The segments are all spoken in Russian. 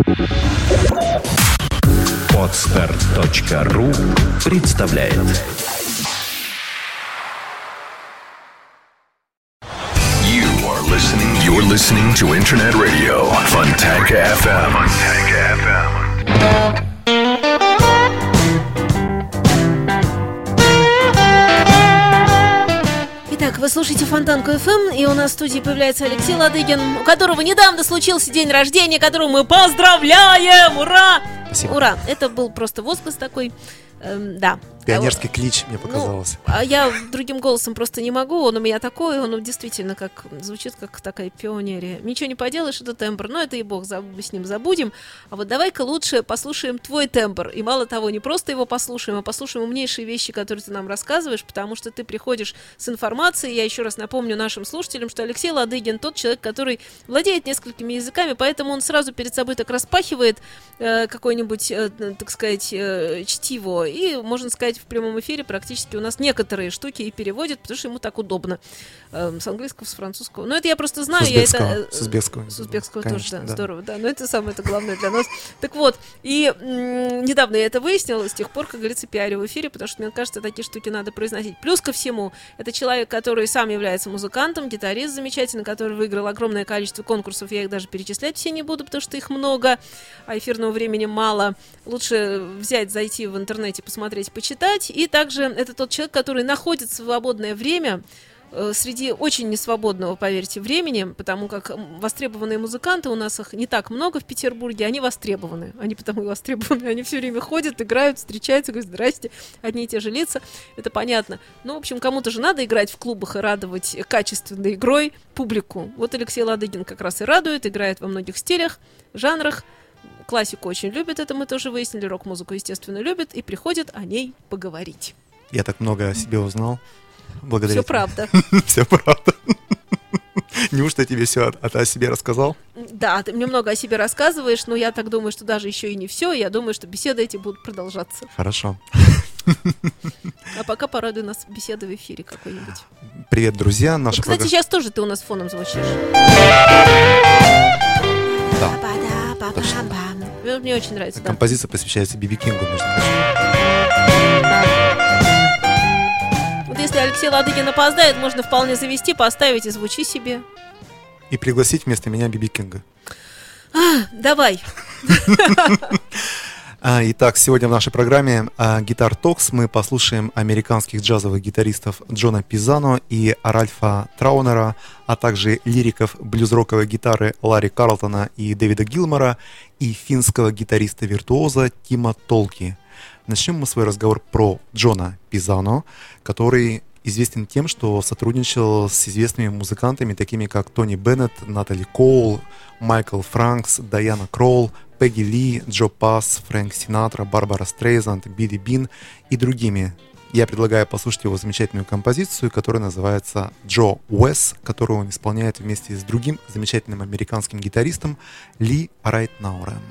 Podster.ru представляет. You're listening to Internet Radio Fontanka FM. Fontanka FM. Итак, вы слушаете Фонтанку FM, и у нас в студии появляется Алексей Ладыгин, у которого недавно случился день рождения, которого мы поздравляем! Ура! Спасибо. Ура! Это был просто возглас такой, да. Пионерский клич, мне показалось. А я другим голосом просто не могу, он у меня такой, он действительно как звучит как такая пионерия. Ничего не поделаешь, это тембр, но это и бог, с ним забудем. А вот давай-ка лучше послушаем твой тембр. И мало того, не просто его послушаем, а послушаем умнейшие вещи, которые ты нам рассказываешь, потому что ты приходишь с информацией. Я еще раз напомню нашим слушателям, что Алексей Ладыгин тот человек, который владеет несколькими языками, поэтому он сразу перед собой так распахивает какое-нибудь, так сказать, чтиво. И, можно сказать, в прямом эфире практически у нас некоторые штуки и переводит, потому что ему так удобно. С английского, с французского. Но это я просто знаю. С узбекского. С узбекского конечно, тоже, да, да. здорово. Да, но это самое главное для нас. Так вот, и недавно я это выяснила, с тех пор, как говорится, пиарю в эфире, потому что, мне кажется, такие штуки надо произносить. Плюс ко всему, это человек, который сам является музыкантом, гитарист замечательный, который выиграл огромное количество конкурсов. Я их даже перечислять все не буду, потому что их много, а эфирного времени мало. Лучше взять, зайти в интернете, посмотреть, почитать. И также это тот человек, который находит свободное время среди очень несвободного, поверьте, времени, потому как востребованные музыканты, у нас их не так много в Петербурге, они востребованы. Они потому и востребованы, они все время ходят, играют, встречаются, говорят: здрасте, одни и те же лица, это понятно. Ну, в общем, кому-то же надо играть в клубах и радовать качественной игрой публику. Вот Алексей Ладыгин как раз и радует, играет во многих стилях, жанрах. Классику очень любит, это мы тоже выяснили, рок-музыку, естественно, любит, и приходит о ней поговорить. Я так много о себе узнал. Благодаря Все правда. Все правда. Неужто я тебе все о себе рассказал? Да, ты мне много о себе рассказываешь, но я так думаю, что даже еще и не все. Я думаю, что беседы эти будут продолжаться. Хорошо. А пока порадуй нас беседой в эфире какой-нибудь. Привет, друзья. Вот, кстати, сейчас тоже ты у нас фоном звучишь. Да. Мне очень нравится. Композиция посвящается Би Би Кингу, между прочим. Вот если Алексей Ладыгин опоздает, можно вполне завести, поставить и звучи себе. И пригласить вместо меня Би Би Кинга. Давай. Итак, сегодня в нашей программе Guitar Talks мы послушаем американских джазовых гитаристов Джона Пизано и Ральфа Траунера, а также лириков блюз-роковой гитары Ларри Карлтона и Дэвида Гилмора и финского гитариста-виртуоза Тима Толки. Начнем мы свой разговор про Джона Пизано, который известен тем, что сотрудничал с известными музыкантами, такими как Тони Беннет, Натали Коул, Майкл Франкс, Дайана Кролл, Пегги Ли, Джо Пасс, Фрэнк Синатра, Барбара Стрейзанд, Билли Бин и другими. Я предлагаю послушать его замечательную композицию, которая называется «Джо Уэс», которую он исполняет вместе с другим замечательным американским гитаристом Ли Райтнауром.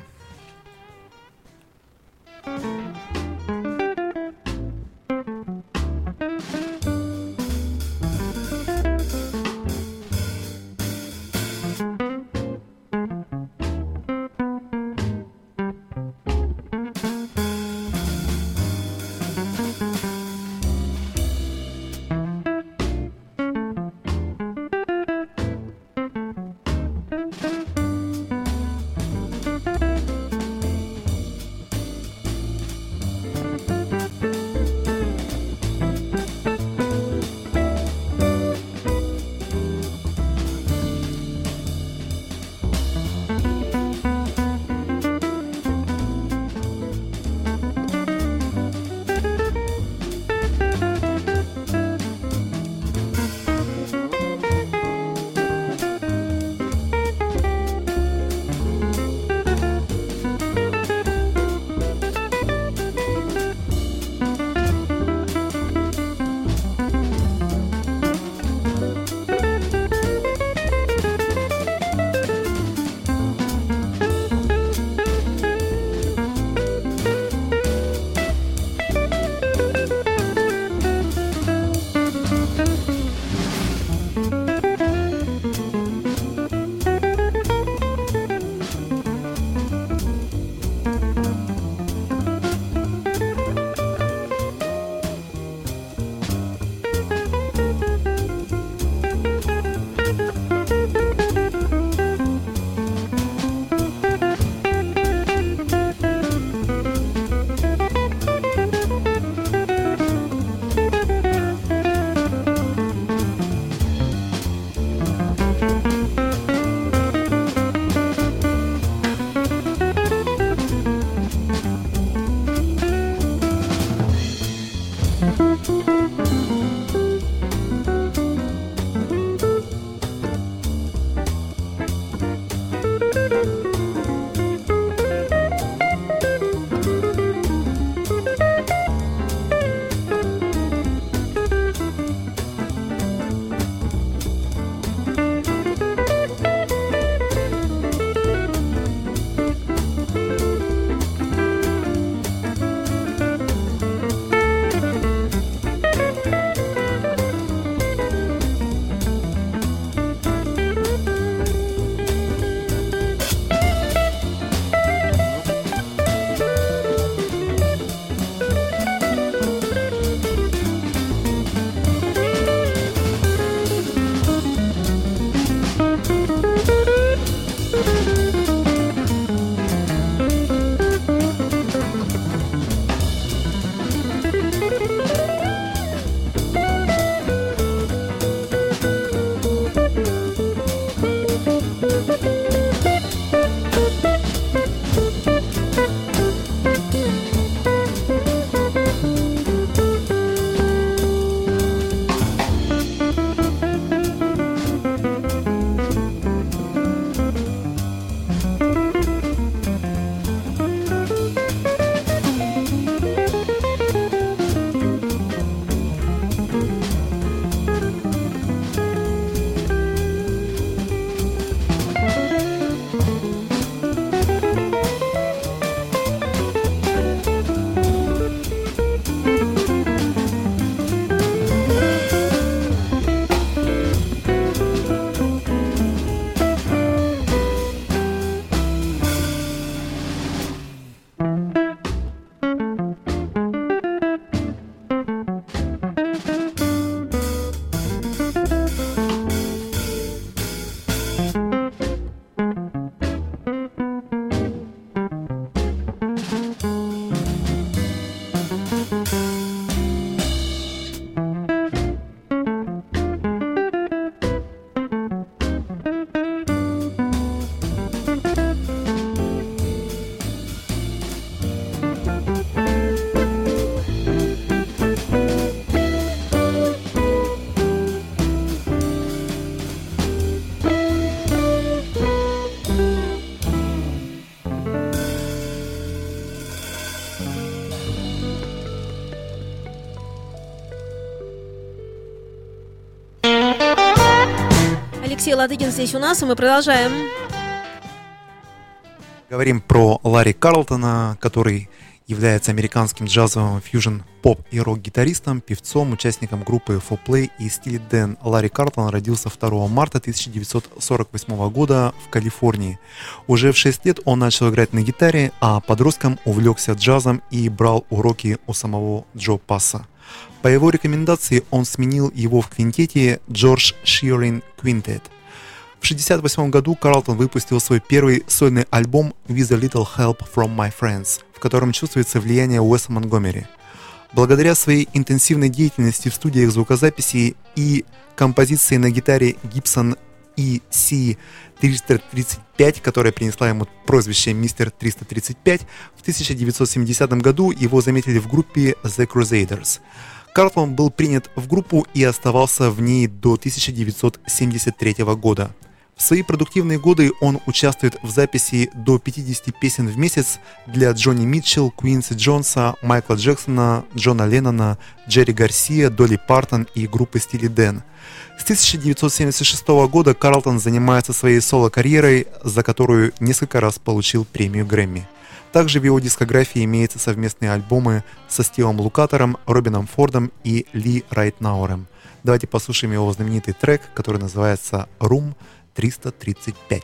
Алексей Ладыгин здесь у нас, и мы продолжаем. Говорим про Ларри Карлтона, который является американским джазовым фьюжн поп и рок-гитаристом, певцом, участником группы Four Play и Steely Dan. Ларри Карлтон родился 2 марта 1948 года в Калифорнии. Уже в 6 лет он начал играть на гитаре, а подростком увлекся джазом и брал уроки у самого Джо Пасса. По его рекомендации он сменил его в квинтете George Shearing Quintet. В 1968 году Карлтон выпустил свой первый сольный альбом «With a Little Help from My Friends», в котором чувствуется влияние Уэса Монтгомери. Благодаря своей интенсивной деятельности в студиях звукозаписи и композиции на гитаре Gibson EC-335, которая принесла ему прозвище «Мистер 335», в 1970 году его заметили в группе The Crusaders. Карлтон был принят в группу и оставался в ней до 1973 года. В свои продуктивные годы он участвует в записи до 50 песен в месяц для Джонни Митчелл, Куинси Джонса, Майкла Джексона, Джона Леннона, Джерри Гарсия, Долли Партон и группы Steely Dan. С 1976 года Карлтон занимается своей соло-карьерой, за которую несколько раз получил премию Грэмми. Также в его дискографии имеются совместные альбомы со Стивом Лукатером, Робином Фордом и Ли Райтнауэром. Давайте послушаем его знаменитый трек, который называется «Room 335».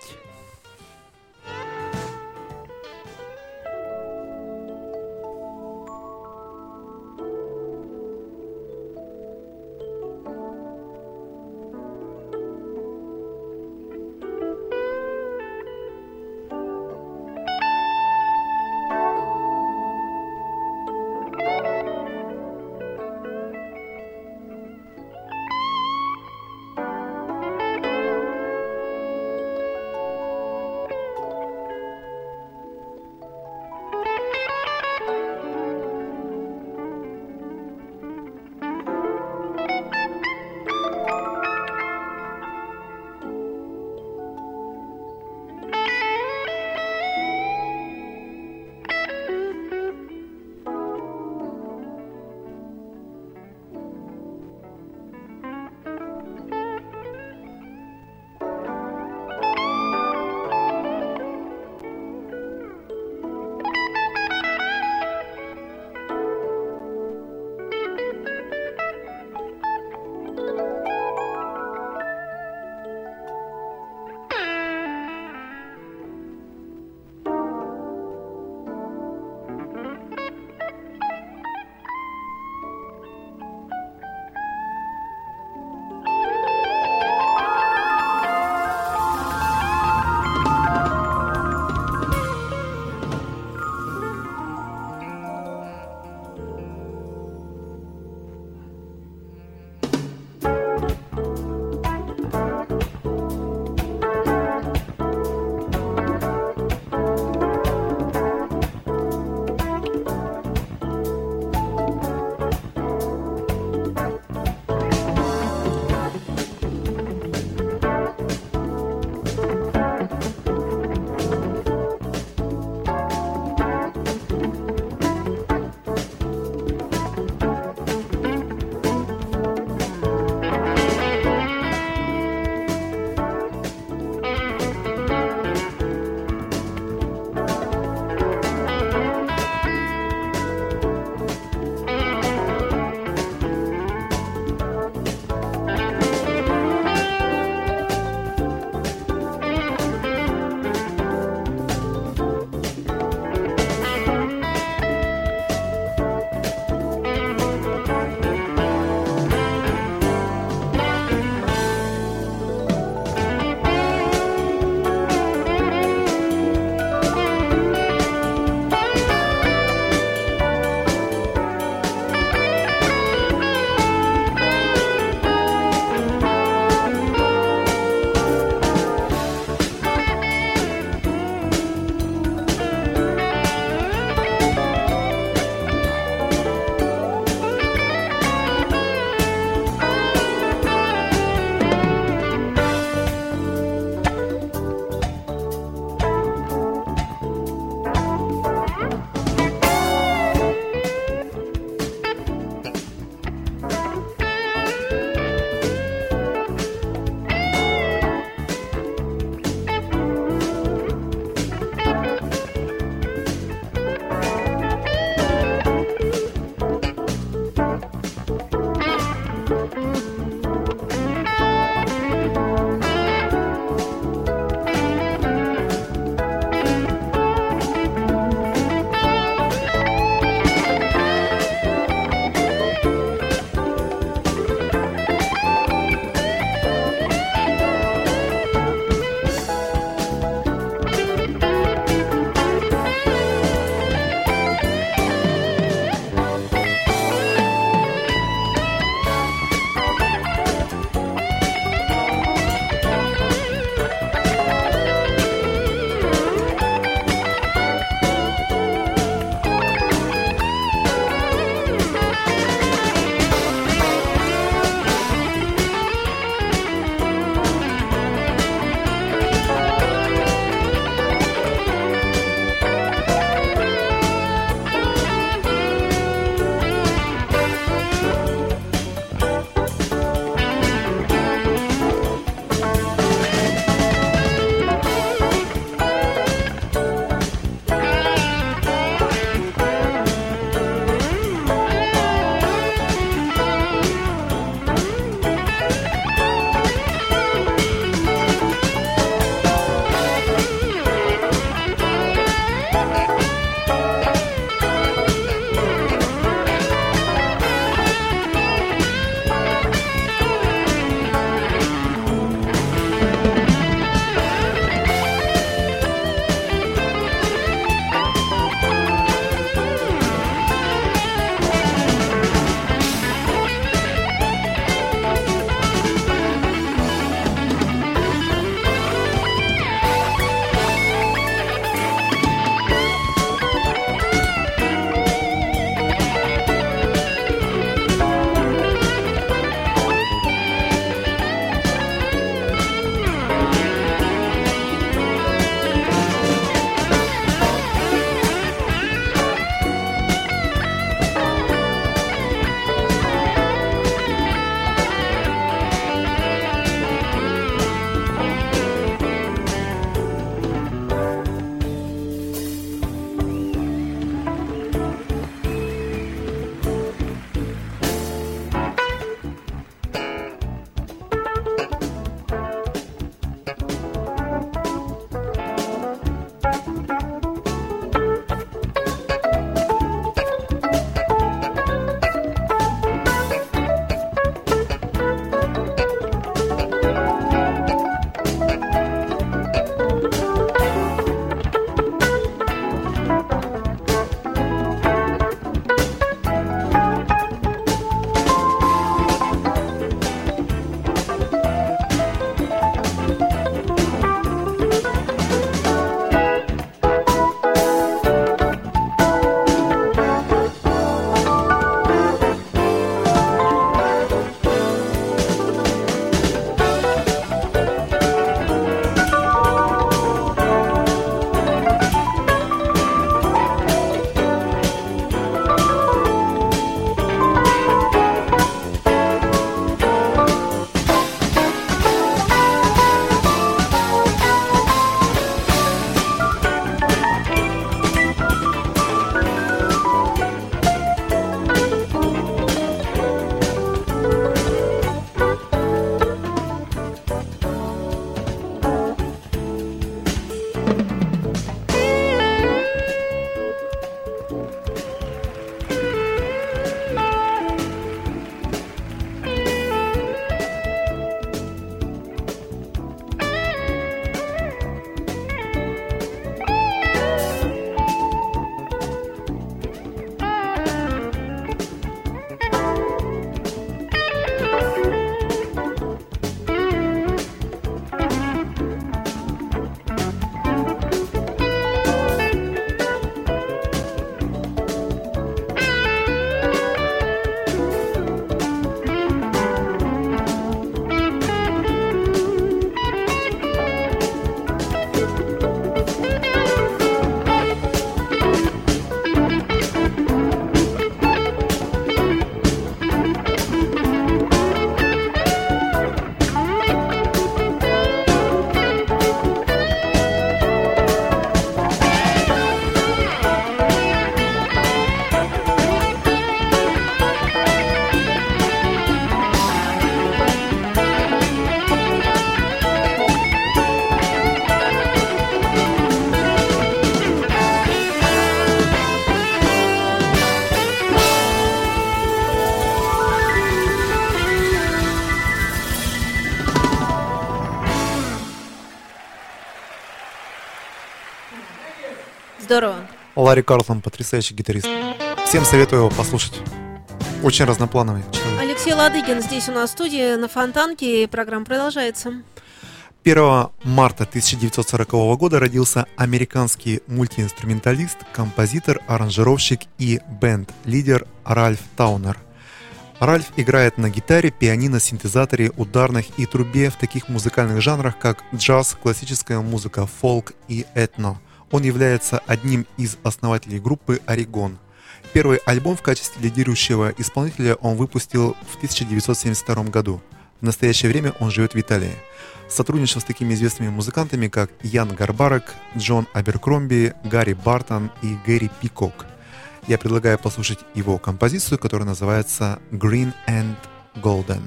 Здорово. Ларри Карлтон, потрясающий гитарист. Всем советую его послушать. Очень разноплановый человек. Алексей Ладыгин здесь у нас в студии на Фонтанке, и программа продолжается. 1 марта 1940 года родился американский мультиинструменталист, композитор, аранжировщик и бенд-лидер Ральф Таунер. Ральф играет на гитаре, пианино, синтезаторе, ударных и трубе в таких музыкальных жанрах, как джаз, классическая музыка, фолк и этно. Он является одним из основателей группы «Орегон». Первый альбом в качестве лидирующего исполнителя он выпустил в 1972 году. В настоящее время он живет в Италии. Сотрудничал с такими известными музыкантами, как Ян Гарбарек, Джон Аберкромби, Гарри Бартон и Гэри Пикок. Я предлагаю послушать его композицию, которая называется «Green and Golden».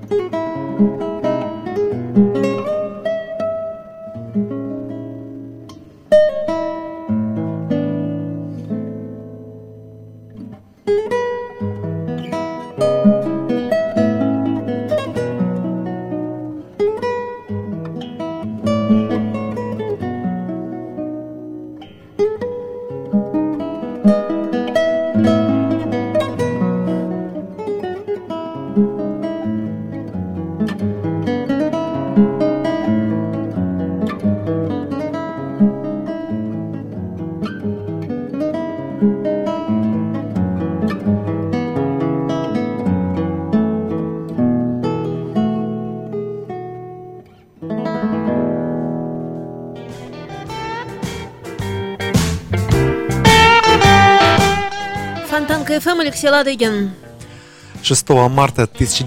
Фонтанка ФМ, Алексей Ладыгин. 6 марта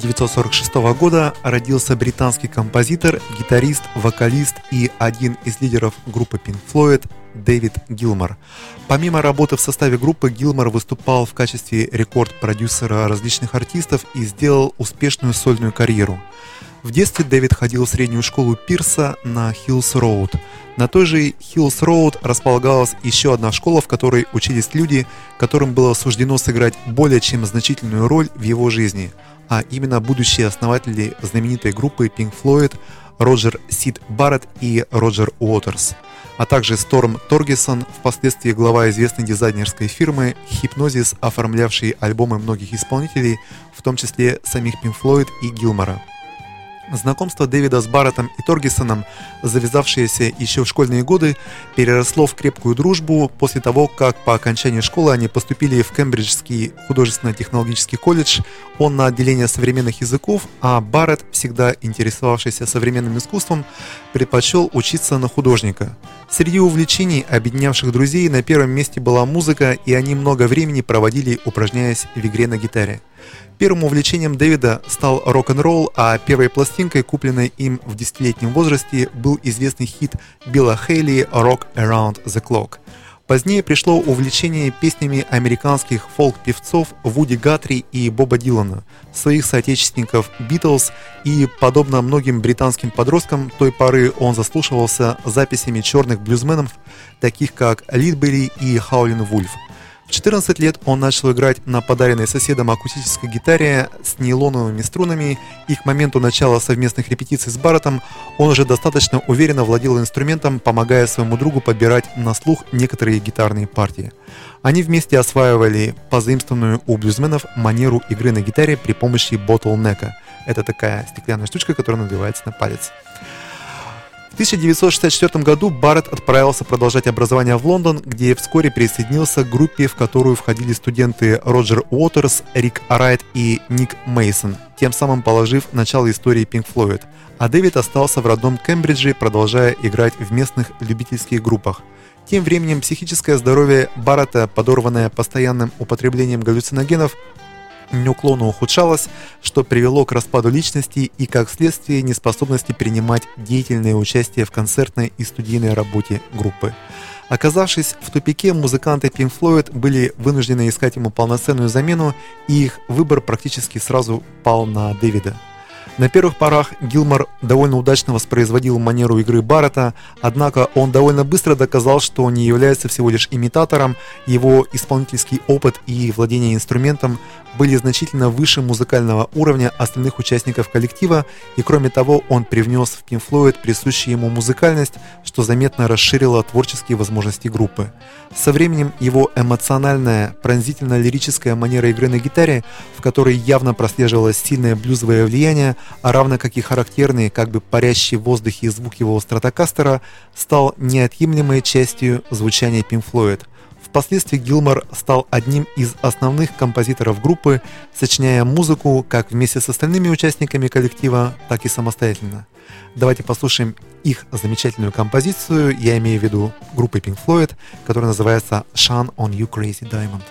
1946 года родился британский композитор, гитарист, вокалист и один из лидеров группы Pink Floyd Дэвид Гилмор. Помимо работы в составе группы, Гилмор выступал в качестве рекорд-продюсера различных артистов и сделал успешную сольную карьеру. В детстве Дэвид ходил в среднюю школу Пирса на Хиллс-Роуд. На той же Хиллс-Роуд располагалась еще одна школа, в которой учились люди, которым было суждено сыграть более чем значительную роль в его жизни, а именно будущие основатели знаменитой группы Pink Floyd Роджер Сид Барретт и Роджер Уотерс, а также Сторм Торгесон, впоследствии глава известной дизайнерской фирмы Hypnosis, оформлявшей альбомы многих исполнителей, в том числе самих Pink Floyd и Гилмора. Знакомство Дэвида с Барреттом и Торгесоном, завязавшееся еще в школьные годы, переросло в крепкую дружбу после того, как по окончании школы они поступили в Кембриджский художественно-технологический колледж, он на отделение современных языков, а Барретт, всегда интересовавшийся современным искусством, предпочел учиться на художника. Среди увлечений, объединявших друзей, на первом месте была музыка, и они много времени проводили, упражняясь в игре на гитаре. Первым увлечением Дэвида стал рок-н-ролл, а первой пластинкой, купленной им в 10-летнем возрасте, был известный хит Билла Хейли «Rock Around the Clock». Позднее пришло увлечение песнями американских фолк-певцов Вуди Гатри и Боба Дилана, своих соотечественников Битлз, и, подобно многим британским подросткам той поры, он заслушивался записями черных блюзменов, таких как Лидбери и Хаулин Вульф. В 14 лет он начал играть на подаренной соседом акустической гитаре с нейлоновыми струнами, и к моменту начала совместных репетиций с Барреттом он уже достаточно уверенно владел инструментом, помогая своему другу подбирать на слух некоторые гитарные партии. Они вместе осваивали позаимствованную у блюзменов манеру игры на гитаре при помощи ботлнека. Это такая стеклянная штучка, которая надевается на палец. В 1964 году Барретт отправился продолжать образование в Лондон, где вскоре присоединился к группе, в которую входили студенты Роджер Уотерс, Рик Райт и Ник Мейсон, тем самым положив начало истории Pink Floyd. А Дэвид остался в родном Кембридже, продолжая играть в местных любительских группах. Тем временем психическое здоровье Барретта, подорванное постоянным употреблением галлюциногенов, неуклонно ухудшалось, что привело к распаду личности и, как следствие, неспособности принимать деятельное участие в концертной и студийной работе группы. Оказавшись в тупике, музыканты Pink Floyd были вынуждены искать ему полноценную замену, и их выбор практически сразу пал на Дэвида. На первых порах Гилмор довольно удачно воспроизводил манеру игры Барретта, однако он довольно быстро доказал, что он не является всего лишь имитатором, его исполнительский опыт и владение инструментом были значительно выше музыкального уровня остальных участников коллектива, и кроме того он привнес в Pink Floyd присущую ему музыкальность, что заметно расширило творческие возможности группы. Со временем его эмоциональная, пронзительно-лирическая манера игры на гитаре, в которой явно прослеживалось сильное блюзовое влияние, а равно как и характерный, как бы парящий в воздухе звук его стратокастера, стал неотъемлемой частью звучания Pink Floyd. Впоследствии Гилмор стал одним из основных композиторов группы, сочиняя музыку как вместе с остальными участниками коллектива, так и самостоятельно. Давайте послушаем их замечательную композицию, я имею в виду группы Pink Floyd, которая называется «Shine on You Crazy Diamond».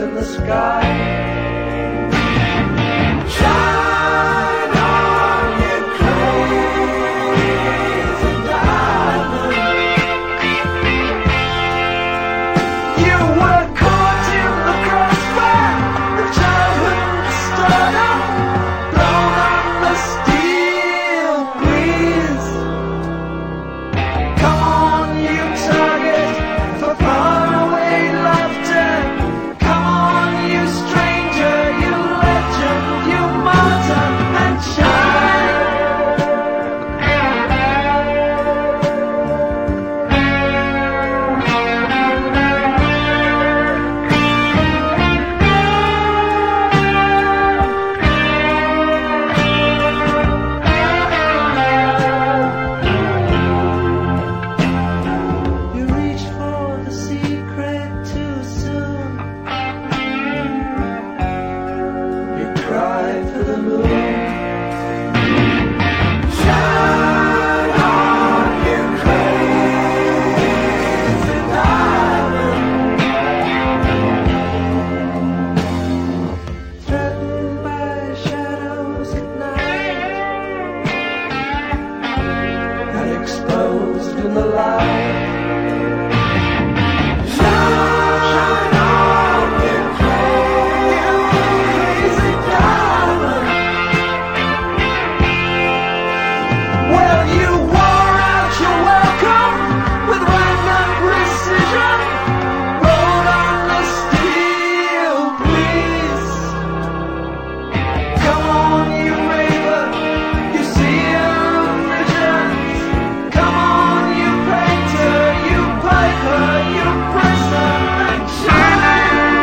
in the sky. Shine on, you crazy diamond. You were caught in the crossfire, the childhood starter, blown on the steel breeze. Come on, you target for faraway laughter. Come on, you stranger, you legend, you martyr, and shine. You reach for the secret too soon. You cry for the moon. Shine on, you crazy diamond. Threatened by shadows at night and exposed in the light. Shine on, you crazy diamond. Well, you wore out your welcome with random precision. Rode on the steel breeze. Come on, you raver, you seer of visions. Come on, you painter, you piper, you presser, and shine.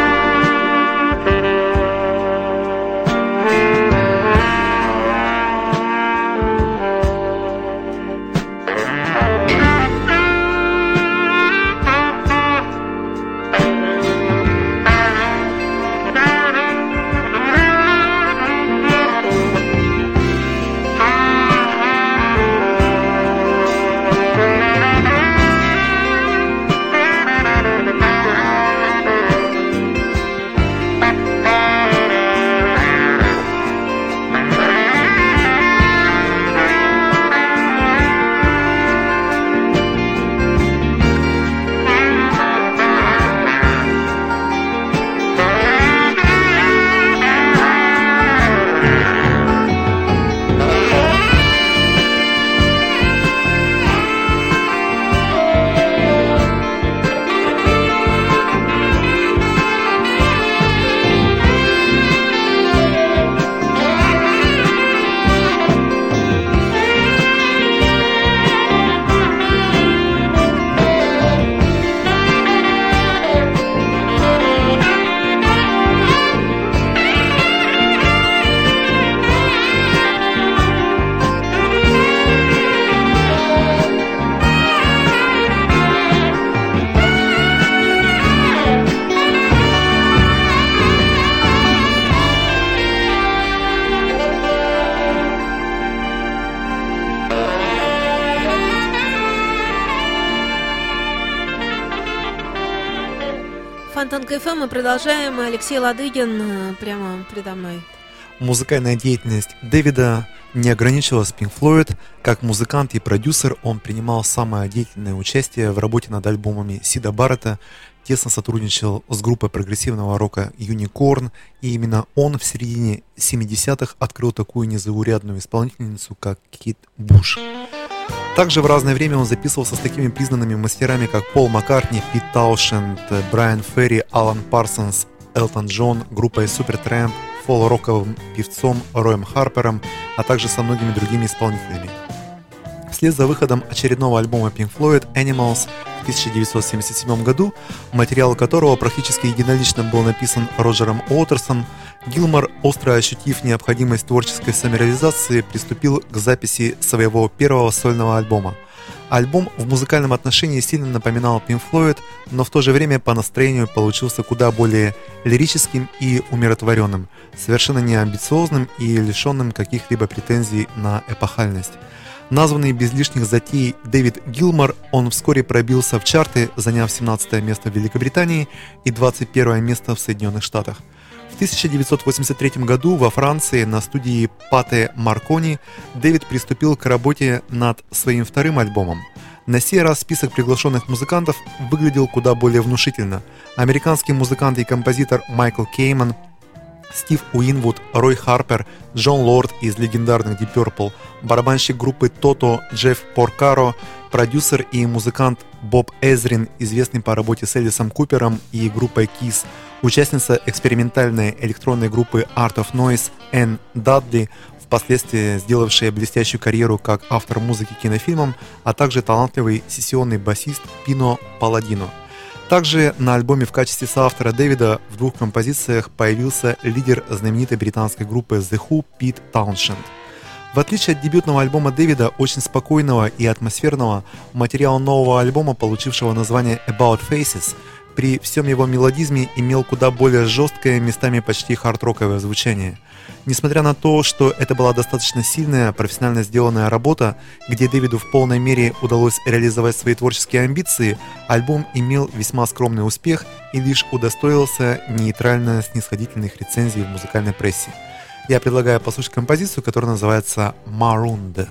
Фонтанка ФМ, мы продолжаем. Алексей Ладыгин прямо передо мной. Музыкальная деятельность Дэвида не ограничивалась Pink Floyd. Как музыкант и продюсер он принимал самое деятельное участие в работе над альбомами Сида Баррета, тесно сотрудничал с группой прогрессивного рока Unicorn, и именно он в середине 70-х открыл такую незаурядную исполнительницу, как Кит Буш. Также в разное время он записывался с такими признанными мастерами, как Пол Маккартни, Пит Таушенд, Брайан Ферри, Алан Парсонс, Элтон Джон, группой Supertramp, фолк-роковым певцом Роем Харпером, а также со многими другими исполнителями. Вслед за выходом очередного альбома Pink Floyd Animals в 1977 году, материал которого практически единолично был написан Роджером Уотерсом, Гилмор, остро ощутив необходимость творческой самореализации, приступил к записи своего первого сольного альбома. Альбом в музыкальном отношении сильно напоминал Pink Floyd, но в то же время по настроению получился куда более лирическим и умиротворенным, совершенно неамбициозным и лишенным каких-либо претензий на эпохальность. Названный без лишних затей Дэвид Гилмор, он вскоре пробился в чарты, заняв 17 место в Великобритании и 21 место в Соединенных Штатах. В 1983 году во Франции на студии Пате Маркони Дэвид приступил к работе над своим вторым альбомом. На сей раз список приглашенных музыкантов выглядел куда более внушительно. Американский музыкант и композитор Майкл Кейман, Стив Уинвуд, Рой Харпер, Джон Лорд из легендарных Deep Purple, барабанщик группы Тото Джефф Поркаро, продюсер и музыкант Боб Эзрин, известный по работе с Элвисом Купером и группой Kiss, участница экспериментальной электронной группы Art of Noise Энн Дадли, впоследствии сделавшая блестящую карьеру как автор музыки к кинофильмам, а также талантливый сессионный басист Пино Паладино. Также на альбоме в качестве соавтора Дэвида в 2 композициях появился лидер знаменитой британской группы The Who Пит Тауншенд. В отличие от дебютного альбома Дэвида, очень спокойного и атмосферного, материал нового альбома, получившего название About Faces, при всем его мелодизме имел куда более жесткое, местами почти хард-роковое звучание. Несмотря на то, что это была достаточно сильная, профессионально сделанная работа, где Дэвиду в полной мере удалось реализовать свои творческие амбиции, альбом имел весьма скромный успех и лишь удостоился нейтрально-снисходительных рецензий в музыкальной прессе. Я предлагаю послушать композицию, которая называется «Marooned».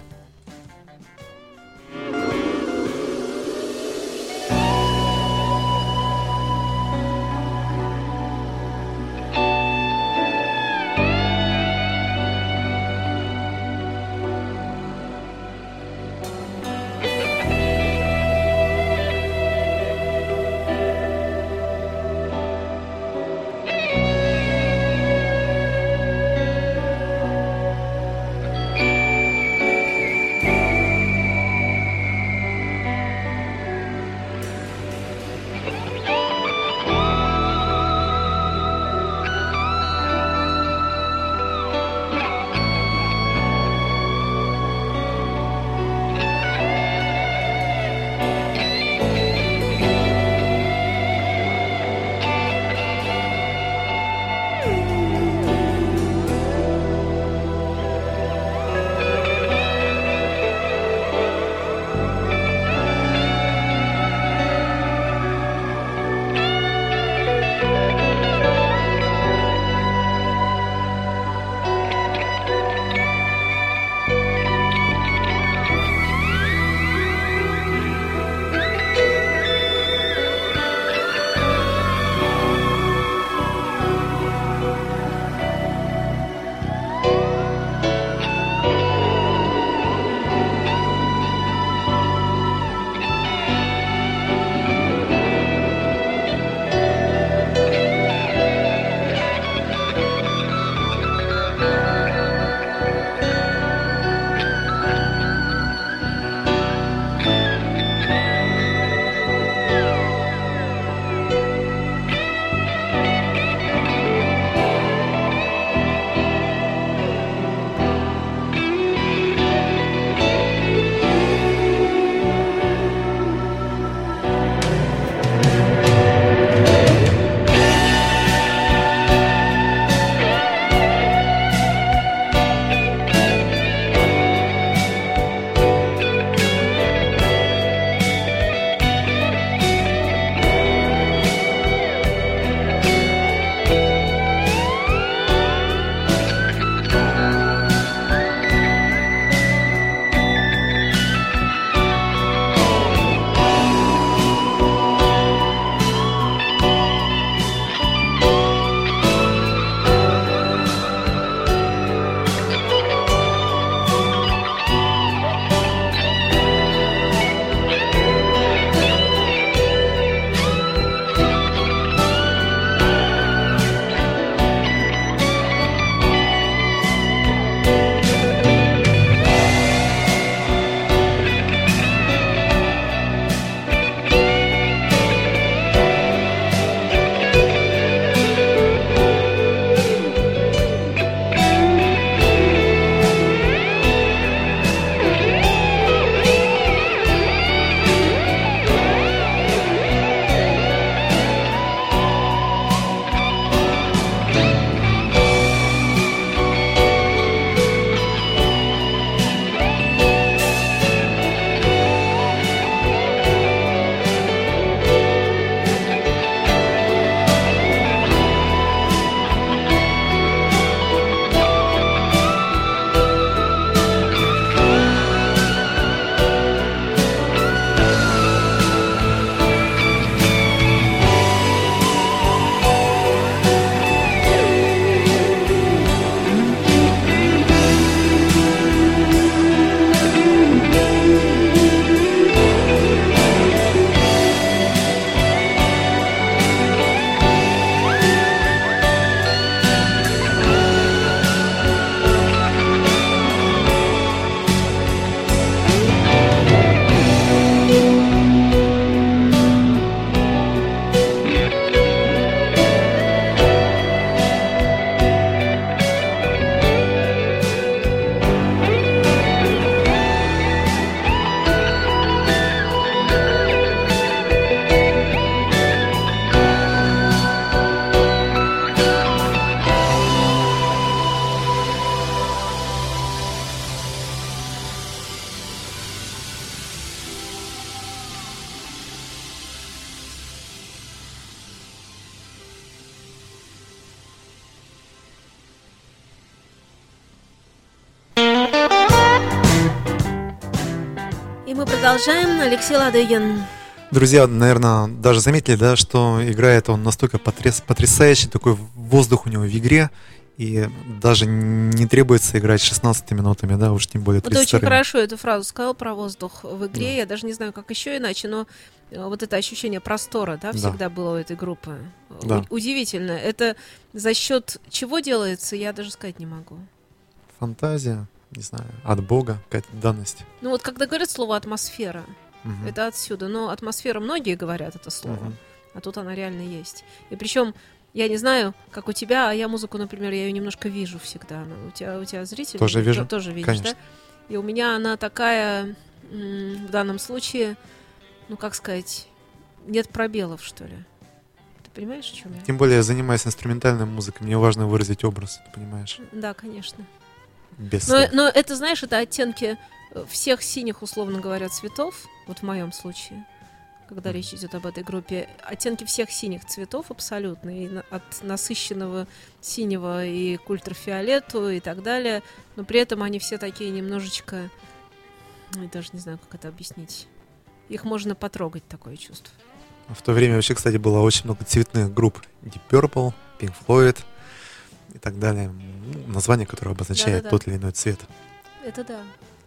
И мы продолжаем. Алексей Ладыгин. Друзья, наверное, даже заметили, да, что играет он настолько потрясающий, такой воздух у него в игре, и даже не требуется играть 16 минутами, да, уж тем более 32. Вот очень хорошо эту фразу сказал про воздух в игре. Да. Я даже не знаю, как еще иначе, но вот это ощущение простора, да, всегда было у этой группы. Да. Удивительно. Это за счет чего делается, я даже сказать не могу. Фантазия, не знаю, от Бога, какая-то данность. Ну вот когда говорят слово «атмосфера», это отсюда. Но атмосфера, многие говорят это слово, а тут она реально есть. И причем, я не знаю, как у тебя, а я музыку, например, я ее немножко вижу всегда. У тебя зритель тоже вижу. Тоже видишь, конечно. Да? И у меня она такая, в данном случае, ну как сказать, нет пробелов, что ли. Ты понимаешь, о чем я? Тем более я занимаюсь инструментальной музыкой, мне важно выразить образ, ты понимаешь? Да, конечно. Без но это, знаешь, это оттенки всех синих, условно говоря, цветов, вот в моем случае, когда речь идет об этой группе, оттенки всех синих цветов абсолютно, и от насыщенного синего и к ультрафиолету и так далее, но при этом они все такие немножечко, я даже не знаю, как это объяснить, их можно потрогать, такое чувство. В то время вообще, кстати, было очень много цветных групп, Deep Purple, Pink Floyd и так далее, название, которое обозначает тот или иной цвет. Это да.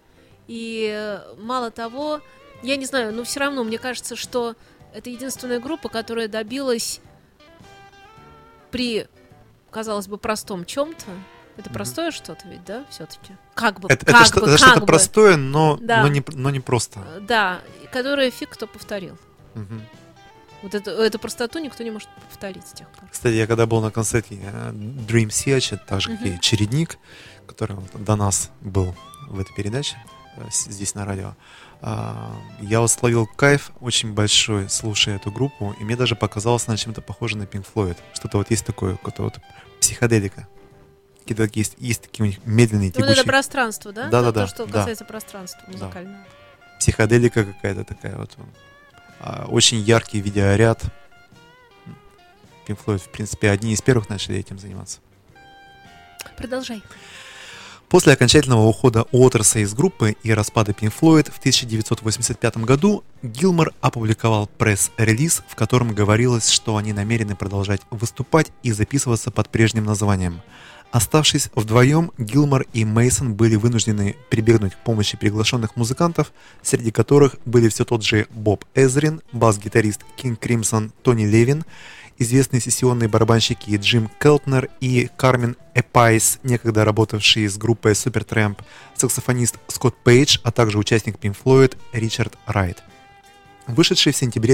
И мало того, я не знаю, но все равно мне кажется, что это единственная группа, которая добилась при, казалось бы, простом чем-то. Это простое что-то ведь, да, все-таки? Это что-то простое, но не просто. Да, которое фиг кто повторил. Вот эту простоту никто не может повторить с тех пор. Кстати, я когда был на концерте Dream Theater, так же, как и Чередник, который до нас был в этой передаче, здесь на радио, я вот словил кайф очень большой, слушая эту группу, и мне даже показалось, она чем-то похожа на Pink Floyd. Что-то вот есть такое, какое-то вот психоделика. Какие-то такие есть такие у них медленные, тягучие. Вот это пространство, да? Да. То, что касается пространства музыкального. Да. Психоделика какая-то такая вот. Очень яркий видеоряд. Pink Floyd, в принципе, одни из первых начали этим заниматься. Продолжай. После окончательного ухода Уотерса из группы и распада Pink Floyd в 1985 году Гилмор опубликовал пресс-релиз, в котором говорилось, что они намерены продолжать выступать и записываться под прежним названием. Оставшись вдвоем, Гилмор и Мейсон были вынуждены прибегнуть к помощи приглашенных музыкантов, среди которых были все тот же Боб Эзрин, бас-гитарист King Crimson Тони Левин, известные сессионные барабанщики Джим Келтнер и Кармен Эпайс, некогда работавшие с группой Supertramp, саксофонист Скотт Пейдж, а также участник Pink Floyd Ричард Райт. Вышедший в сентябре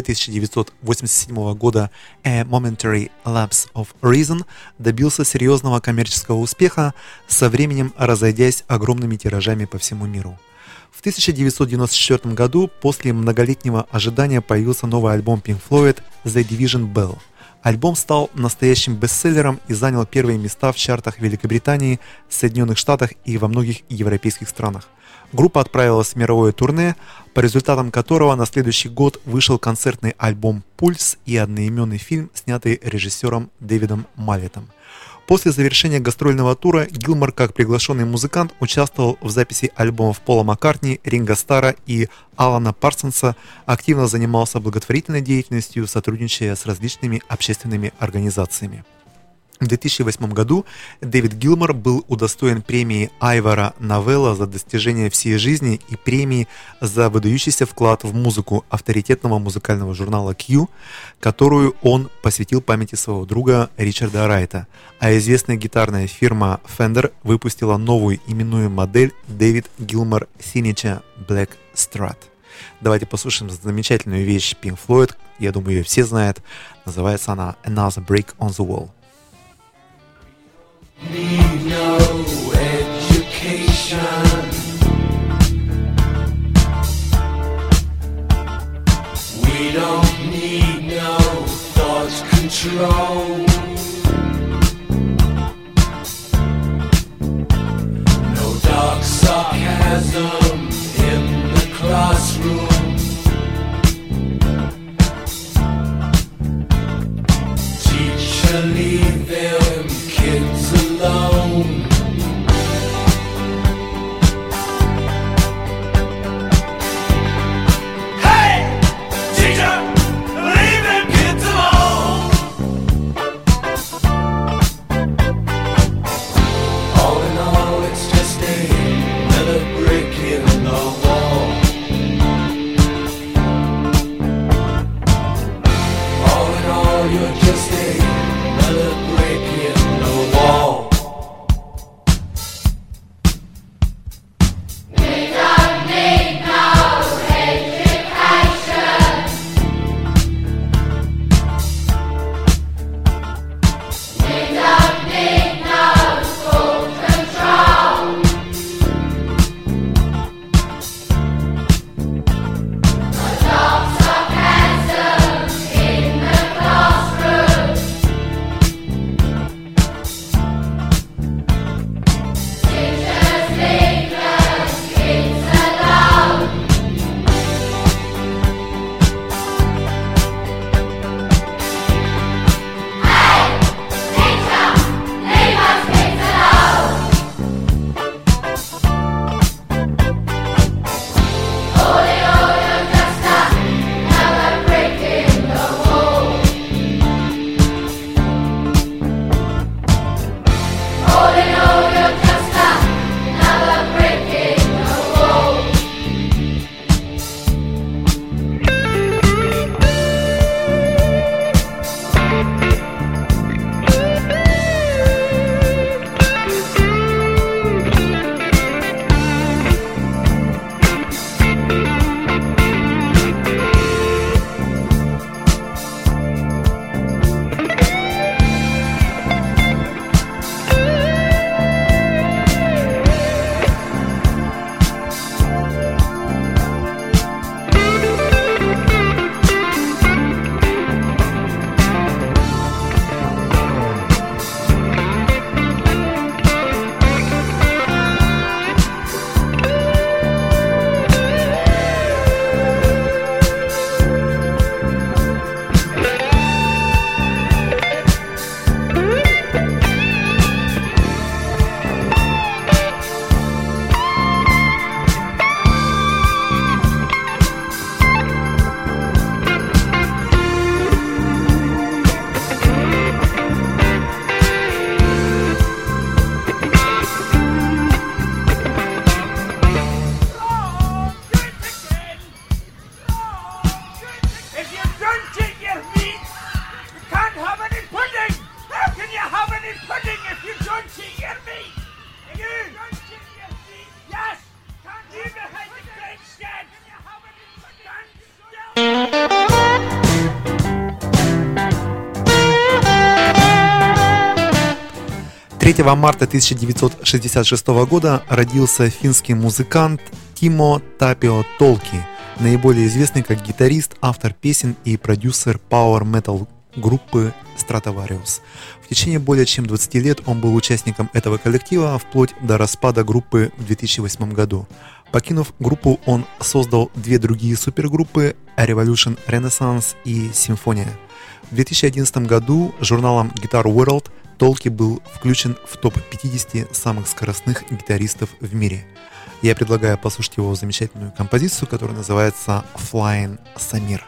1987 года A Momentary Lapse of Reason добился серьезного коммерческого успеха, со временем разойдясь огромными тиражами по всему миру. В 1994 году после многолетнего ожидания появился новый альбом Pink Floyd The Division Bell. Альбом стал настоящим бестселлером и занял первые места в чартах Великобритании, Соединенных Штатах и во многих европейских странах. Группа отправилась в мировое турне, по результатам которого на следующий год вышел концертный альбом «Пульс» и одноименный фильм, снятый режиссером Дэвидом Маллетом. После завершения гастрольного тура Гилмор, как приглашенный музыкант, участвовал в записи альбомов Пола Маккартни, Ринго Старра и Алана Парсонса, активно занимался благотворительной деятельностью, сотрудничая с различными общественными организациями. В 2008 году Дэвид Гилмор был удостоен премии Айвора Новелла за достижение всей жизни и премии за выдающийся вклад в музыку авторитетного музыкального журнала Q, которую он посвятил памяти своего друга Ричарда Райта, а известная гитарная фирма Fender выпустила новую именную модель David Gilmour Signature Black Strat. Давайте послушаем замечательную вещь Pink Floyd, я думаю, ее все знают, называется она Another Brick on the Wall. Need no education. We don't need no thought control. No dark sarcasm in the classroom. Teacher, leave them kids alone. all, you're just another brick in the wall. Марта 1966 года родился финский музыкант Тимо Тапио Толки, наиболее известный как гитарист, автор песен и продюсер пауэр-метал группы Stratovarius. В течение более чем 20 лет он был участником этого коллектива вплоть до распада группы в 2008 году. Покинув группу, он создал две другие супергруппы Revolution Renaissance и Симфония. В 2011 году журналом Guitar World Толки был включен в топ-50 самых скоростных гитаристов в мире. Я предлагаю послушать его замечательную композицию, которая называется Flying Samir.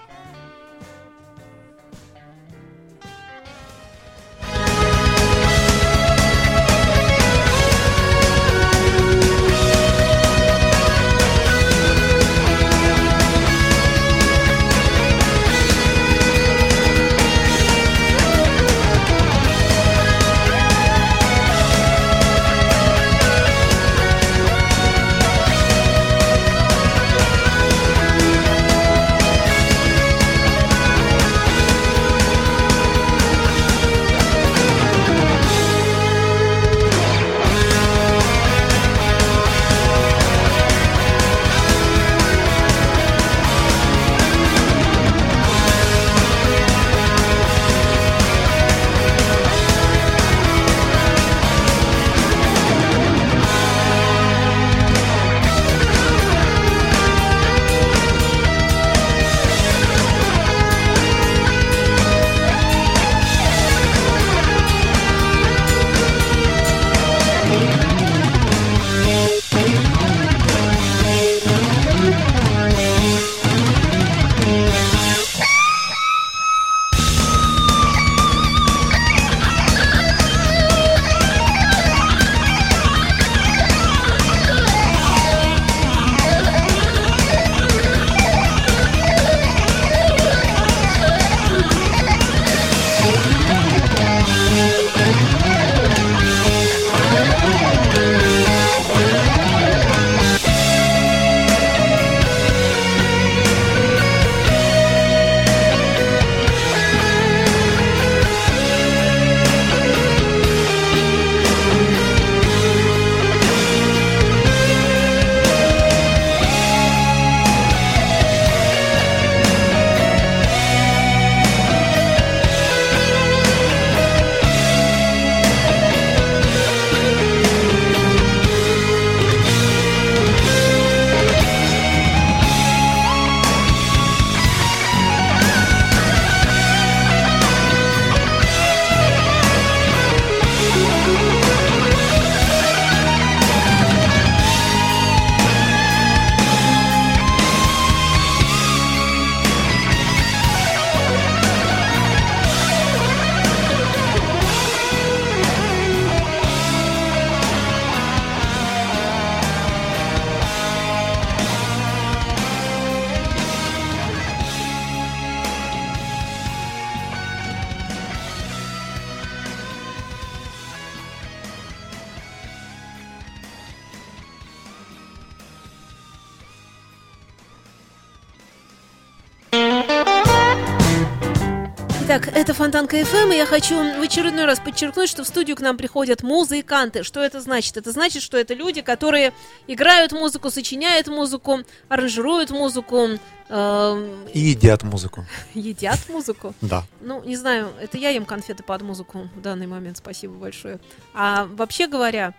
Итак, это Фонтанка ФМ, и я хочу в очередной раз подчеркнуть, что в студию к нам приходят музыканты. Что это значит? Это значит, что это люди, которые играют музыку, сочиняют музыку, аранжируют музыку. И едят музыку. Едят музыку? Да. Ну, не знаю, это я ем конфеты под музыку в данный момент, спасибо большое. А вообще говоря,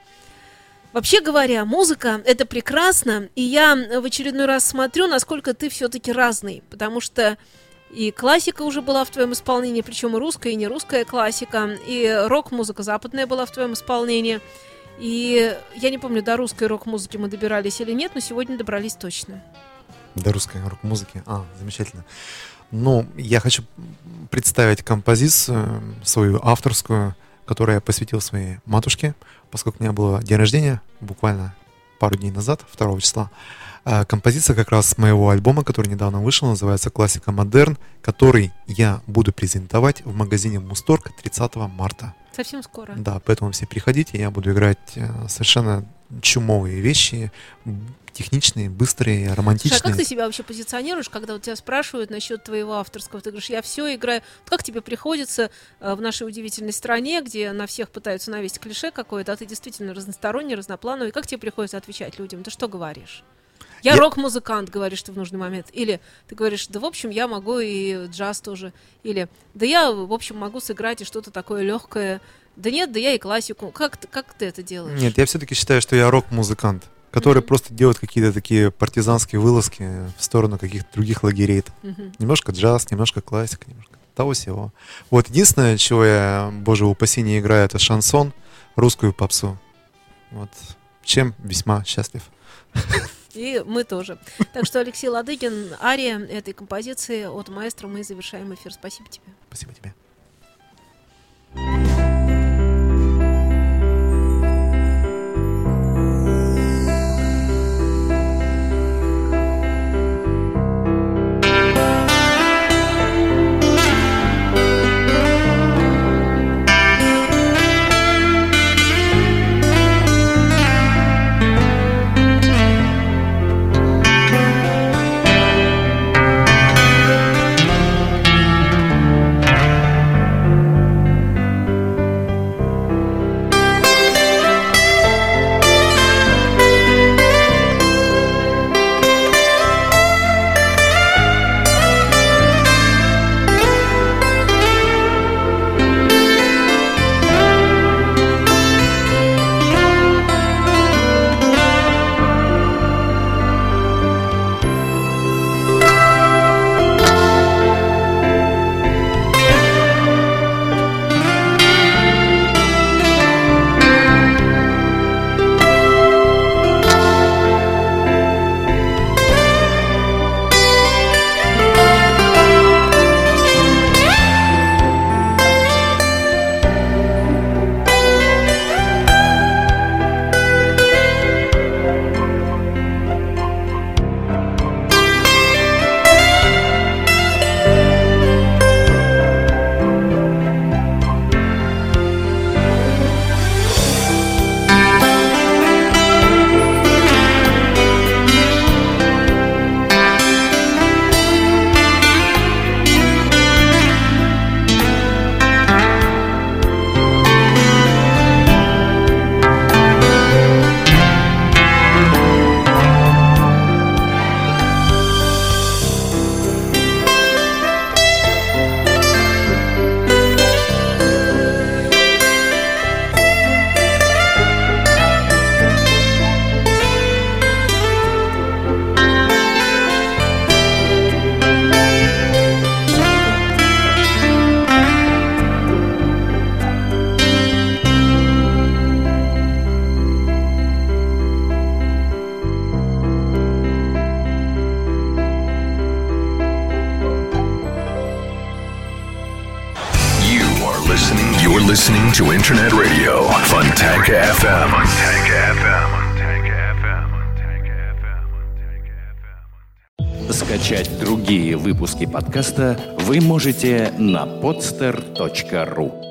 музыка — это прекрасно, и я в очередной раз смотрю, насколько ты все-таки разный, потому что и классика уже была в твоем исполнении, причем и русская, и не русская классика, и рок-музыка западная была в твоем исполнении. И я не помню, до русской рок-музыки мы добирались или нет, но сегодня добрались точно. До русской рок-музыки. Замечательно. Ну, я хочу представить композицию свою авторскую, которую я посвятил своей матушке, поскольку у меня было день рождения буквально пару дней назад, 2 числа. Композиция как раз с моего альбома, который недавно вышел, называется «Классика Модерн», который я буду презентовать в магазине Мусторг 30 марта. Совсем скоро. Да, поэтому все приходите, я буду играть совершенно чумовые вещи, техничные, быстрые, романтичные. Слушай, а как ты себя вообще позиционируешь, когда вот тебя спрашивают насчет твоего авторского? Ты говоришь, я все играю. Вот как тебе приходится в нашей удивительной стране, где на всех пытаются навесить клише какое-то, а ты действительно разносторонний, разноплановый, как тебе приходится отвечать людям? Ты что говоришь? Я рок-музыкант, говоришь ты в нужный момент. Или ты говоришь, да, в общем, я могу и джаз тоже. Или, да я, в общем, могу сыграть и что-то такое легкое. Да нет, да я и классику. Как ты это делаешь? Нет, я все-таки считаю, что я рок-музыкант, который просто делает какие-то такие партизанские вылазки в сторону каких-то других лагерей. Немножко джаз, немножко классика, немножко того всего. Вот единственное, чего я, боже упаси, не играю, это шансон, русскую попсу. Вот чем весьма счастлив. И мы тоже. Так что Алексей Ладыгин, ария этой композиции от маэстро. Мы завершаем эфир. Спасибо тебе. Спасибо тебе. You're listening to Internet Radio, Fontanka FM. Скачать другие выпуски подкаста вы можете на podster.ru.